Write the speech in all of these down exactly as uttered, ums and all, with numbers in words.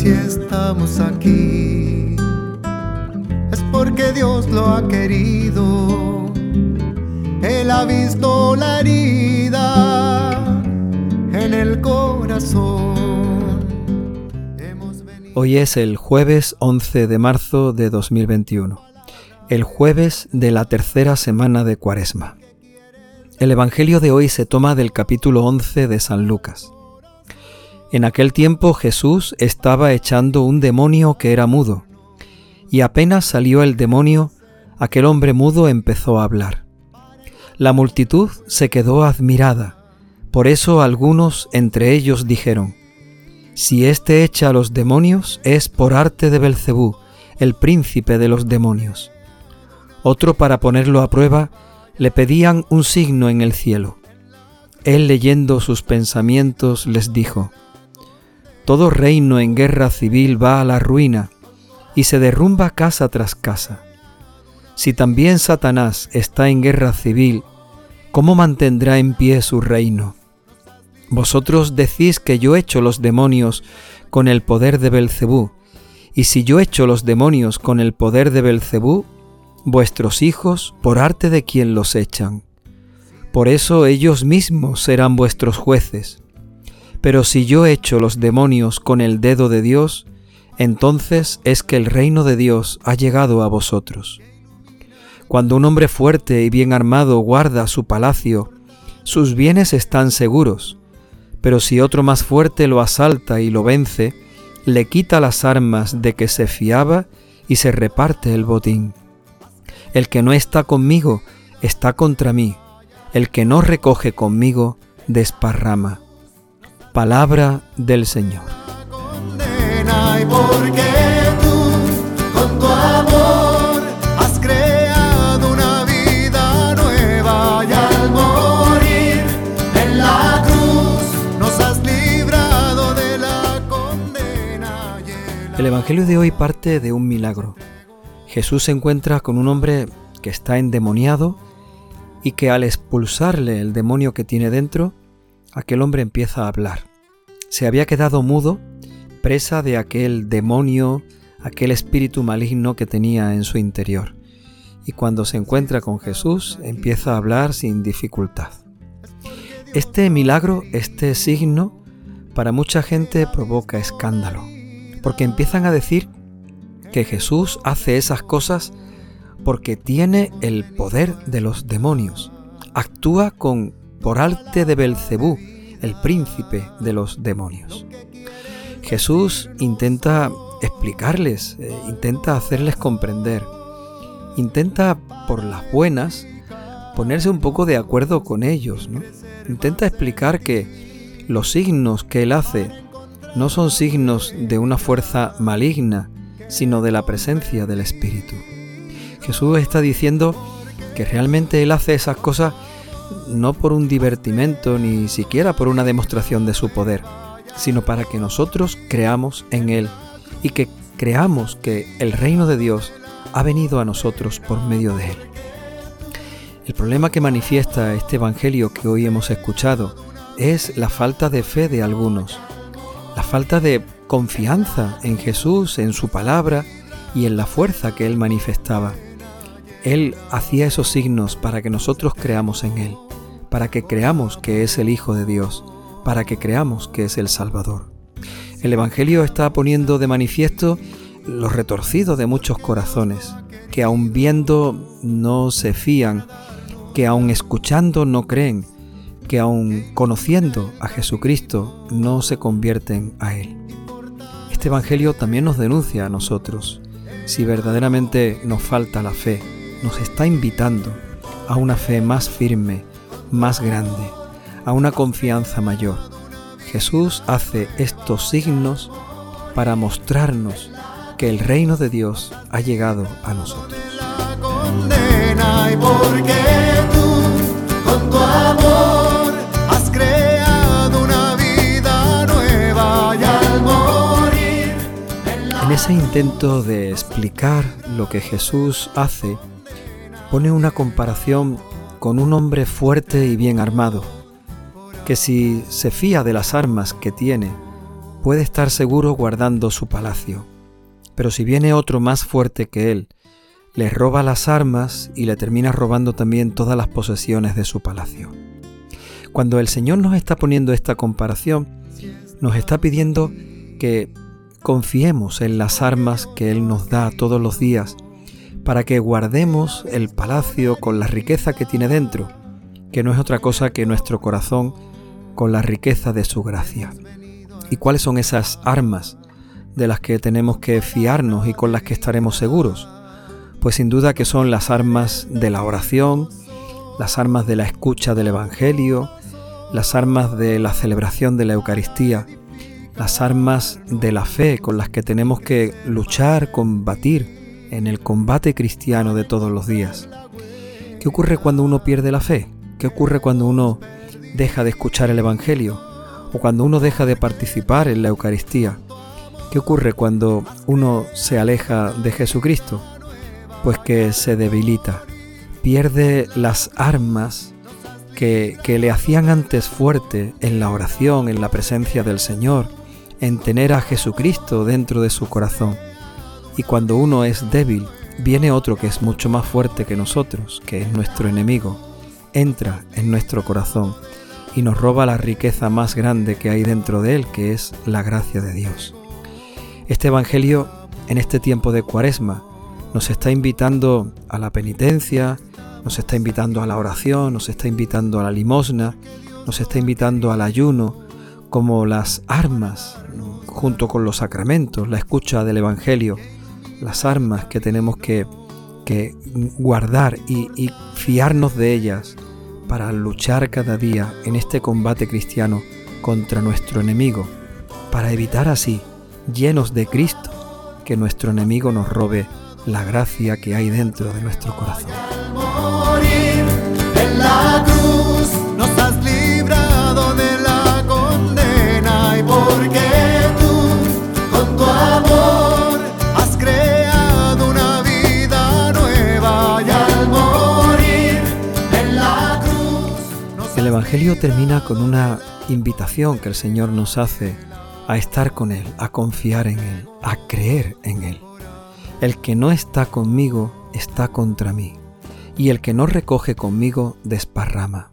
si estamos aquí, es porque Dios lo ha querido. Él ha visto la herida en el corazón. Hoy es el jueves once de marzo de dos mil veintiuno, el jueves de la tercera semana de Cuaresma. El Evangelio de hoy se toma del capítulo once de San Lucas. En aquel tiempo Jesús estaba echando un demonio que era mudo, y apenas salió el demonio, aquel hombre mudo empezó a hablar. La multitud se quedó admirada, por eso algunos entre ellos dijeron: si éste echa a los demonios es por arte de Belcebú, el príncipe de los demonios. Otro, para ponerlo a prueba, le pedían un signo en el cielo. Él, leyendo sus pensamientos, les dijo: todo reino en guerra civil va a la ruina y se derrumba casa tras casa. Si también Satanás está en guerra civil, ¿cómo mantendrá en pie su reino? Vosotros decís que yo echo los demonios con el poder de Belcebú, y si yo echo los demonios con el poder de Belcebú, vuestros hijos, ¿por arte de quién los echan? Por eso ellos mismos serán vuestros jueces. Pero si yo echo los demonios con el dedo de Dios, entonces es que el reino de Dios ha llegado a vosotros. Cuando un hombre fuerte y bien armado guarda su palacio, sus bienes están seguros. Pero si otro más fuerte lo asalta y lo vence, le quita las armas de que se fiaba y se reparte el botín. El que no está conmigo está contra mí, el que no recoge conmigo desparrama. Palabra del Señor. El Evangelio de hoy parte de un milagro. Jesús se encuentra con un hombre que está endemoniado y que al expulsarle el demonio que tiene dentro, aquel hombre empieza a hablar. Se había quedado mudo, presa de aquel demonio, aquel espíritu maligno que tenía en su interior. Y cuando se encuentra con Jesús, empieza a hablar sin dificultad. Este milagro, este signo, para mucha gente provoca escándalo, porque empiezan a decir que Jesús hace esas cosas porque tiene el poder de los demonios. Actúa con por arte de Belcebú, el príncipe de los demonios. Jesús intenta explicarles, eh, intenta hacerles comprender, intenta por las buenas ponerse un poco de acuerdo con ellos, ¿no? Intenta explicar que los signos que él hace no son signos de una fuerza maligna, sino de la presencia del Espíritu. Jesús está diciendo que realmente él hace esas cosas no por un divertimento ni siquiera por una demostración de su poder, sino para que nosotros creamos en él y que creamos que el reino de Dios ha venido a nosotros por medio de él. El problema que manifiesta este evangelio que hoy hemos escuchado es la falta de fe de algunos, la falta de confianza en Jesús, en su palabra y en la fuerza que él manifestaba. Él hacía esos signos para que nosotros creamos en él, para que creamos que es el Hijo de Dios, para que creamos que es el Salvador. El Evangelio está poniendo de manifiesto los retorcidos de muchos corazones, que aun viendo no se fían, que aun escuchando no creen, que aun conociendo a Jesucristo no se convierten a Él. Este Evangelio también nos denuncia a nosotros. Si verdaderamente nos falta la fe, nos está invitando a una fe más firme, más grande, a una confianza mayor. Jesús hace estos signos para mostrarnos que el reino de Dios ha llegado a nosotros. Con tu amor has creado una vida nueva y al morir en la... En ese intento de explicar lo que Jesús hace, pone una comparación con un hombre fuerte y bien armado, que si se fía de las armas que tiene, puede estar seguro guardando su palacio. Pero si viene otro más fuerte que él, le roba las armas y le termina robando también todas las posesiones de su palacio. Cuando el Señor nos está poniendo esta comparación, nos está pidiendo que confiemos en las armas que Él nos da todos los días para que guardemos el palacio con la riqueza que tiene dentro, que no es otra cosa que nuestro corazón con la riqueza de su gracia. ¿Y cuáles son esas armas de las que tenemos que fiarnos y con las que estaremos seguros? Pues sin duda que son las armas de la oración, las armas de la escucha del Evangelio, las armas de la celebración de la Eucaristía, las armas de la fe con las que tenemos que luchar, combatir en el combate cristiano de todos los días. ¿Qué ocurre cuando uno pierde la fe? ¿Qué ocurre cuando uno deja de escuchar el Evangelio? ¿O cuando uno deja de participar en la Eucaristía? ¿Qué ocurre cuando uno se aleja de Jesucristo? Pues que se debilita, pierde las armas que, que le hacían antes fuerte en la oración, en la presencia del Señor, en tener a Jesucristo dentro de su corazón. Y cuando uno es débil, viene otro que es mucho más fuerte que nosotros, que es nuestro enemigo, entra en nuestro corazón y nos roba la riqueza más grande que hay dentro de él, que es la gracia de Dios. Este Evangelio, en este tiempo de Cuaresma, nos está invitando a la penitencia, nos está invitando a la oración, nos está invitando a la limosna, nos está invitando al ayuno, como las armas, junto con los sacramentos, la escucha del Evangelio, las armas que tenemos que, que guardar y, y fiarnos de ellas para luchar cada día en este combate cristiano contra nuestro enemigo, para evitar así, llenos de Cristo, que nuestro enemigo nos robe la gracia que hay dentro de nuestro corazón. Al morir en la cruz nos has librado de la condena, y porque tú con tu amor has creado una vida nueva, y al morir en la cruz nos... El Evangelio termina con una invitación que el Señor nos hace a estar con Él, a confiar en Él, a creer en Él. El que no está conmigo está contra mí, y el que no recoge conmigo desparrama.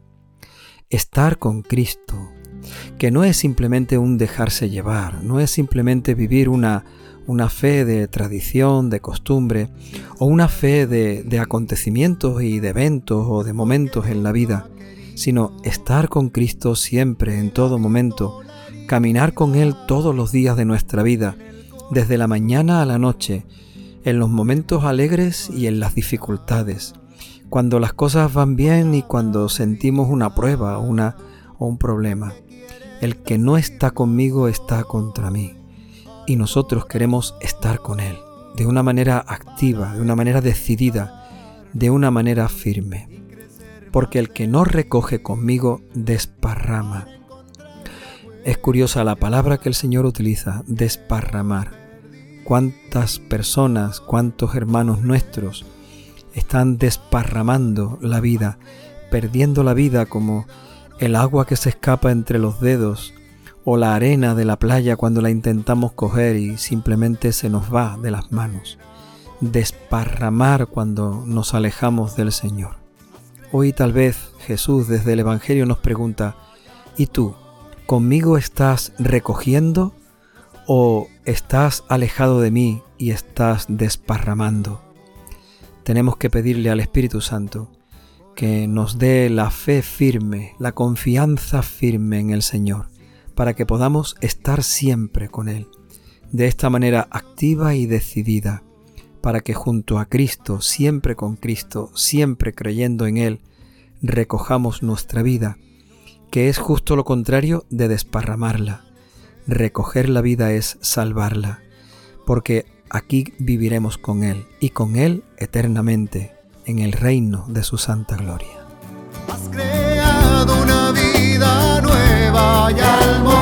Estar con Cristo, que no es simplemente un dejarse llevar, no es simplemente vivir una, una fe de tradición, de costumbre, o una fe de, de acontecimientos y de eventos o de momentos en la vida, sino estar con Cristo siempre, en todo momento, caminar con Él todos los días de nuestra vida, desde la mañana a la noche, en los momentos alegres y en las dificultades, cuando las cosas van bien y cuando sentimos una prueba una, o un problema. El que no está conmigo está contra mí, y nosotros queremos estar con Él, de una manera activa, de una manera decidida, de una manera firme. Porque el que no recoge conmigo desparrama. Es curiosa la palabra que el Señor utiliza, desparramar. Cuántas personas, cuántos hermanos nuestros están desparramando la vida, perdiendo la vida como el agua que se escapa entre los dedos o la arena de la playa cuando la intentamos coger y simplemente se nos va de las manos. Desparramar cuando nos alejamos del Señor. Hoy tal vez Jesús desde el Evangelio nos pregunta: ¿y tú, conmigo estás recogiendo o estás alejado de mí y estás desparramando? Tenemos que pedirle al Espíritu Santo que nos dé la fe firme, la confianza firme en el Señor, para que podamos estar siempre con Él, de esta manera activa y decidida, para que junto a Cristo, siempre con Cristo, siempre creyendo en Él, recojamos nuestra vida, que es justo lo contrario de desparramarla. Recoger la vida es salvarla, porque aquí viviremos con Él y con Él eternamente en el reino de su santa gloria. Has creado una vida nueva, y al morir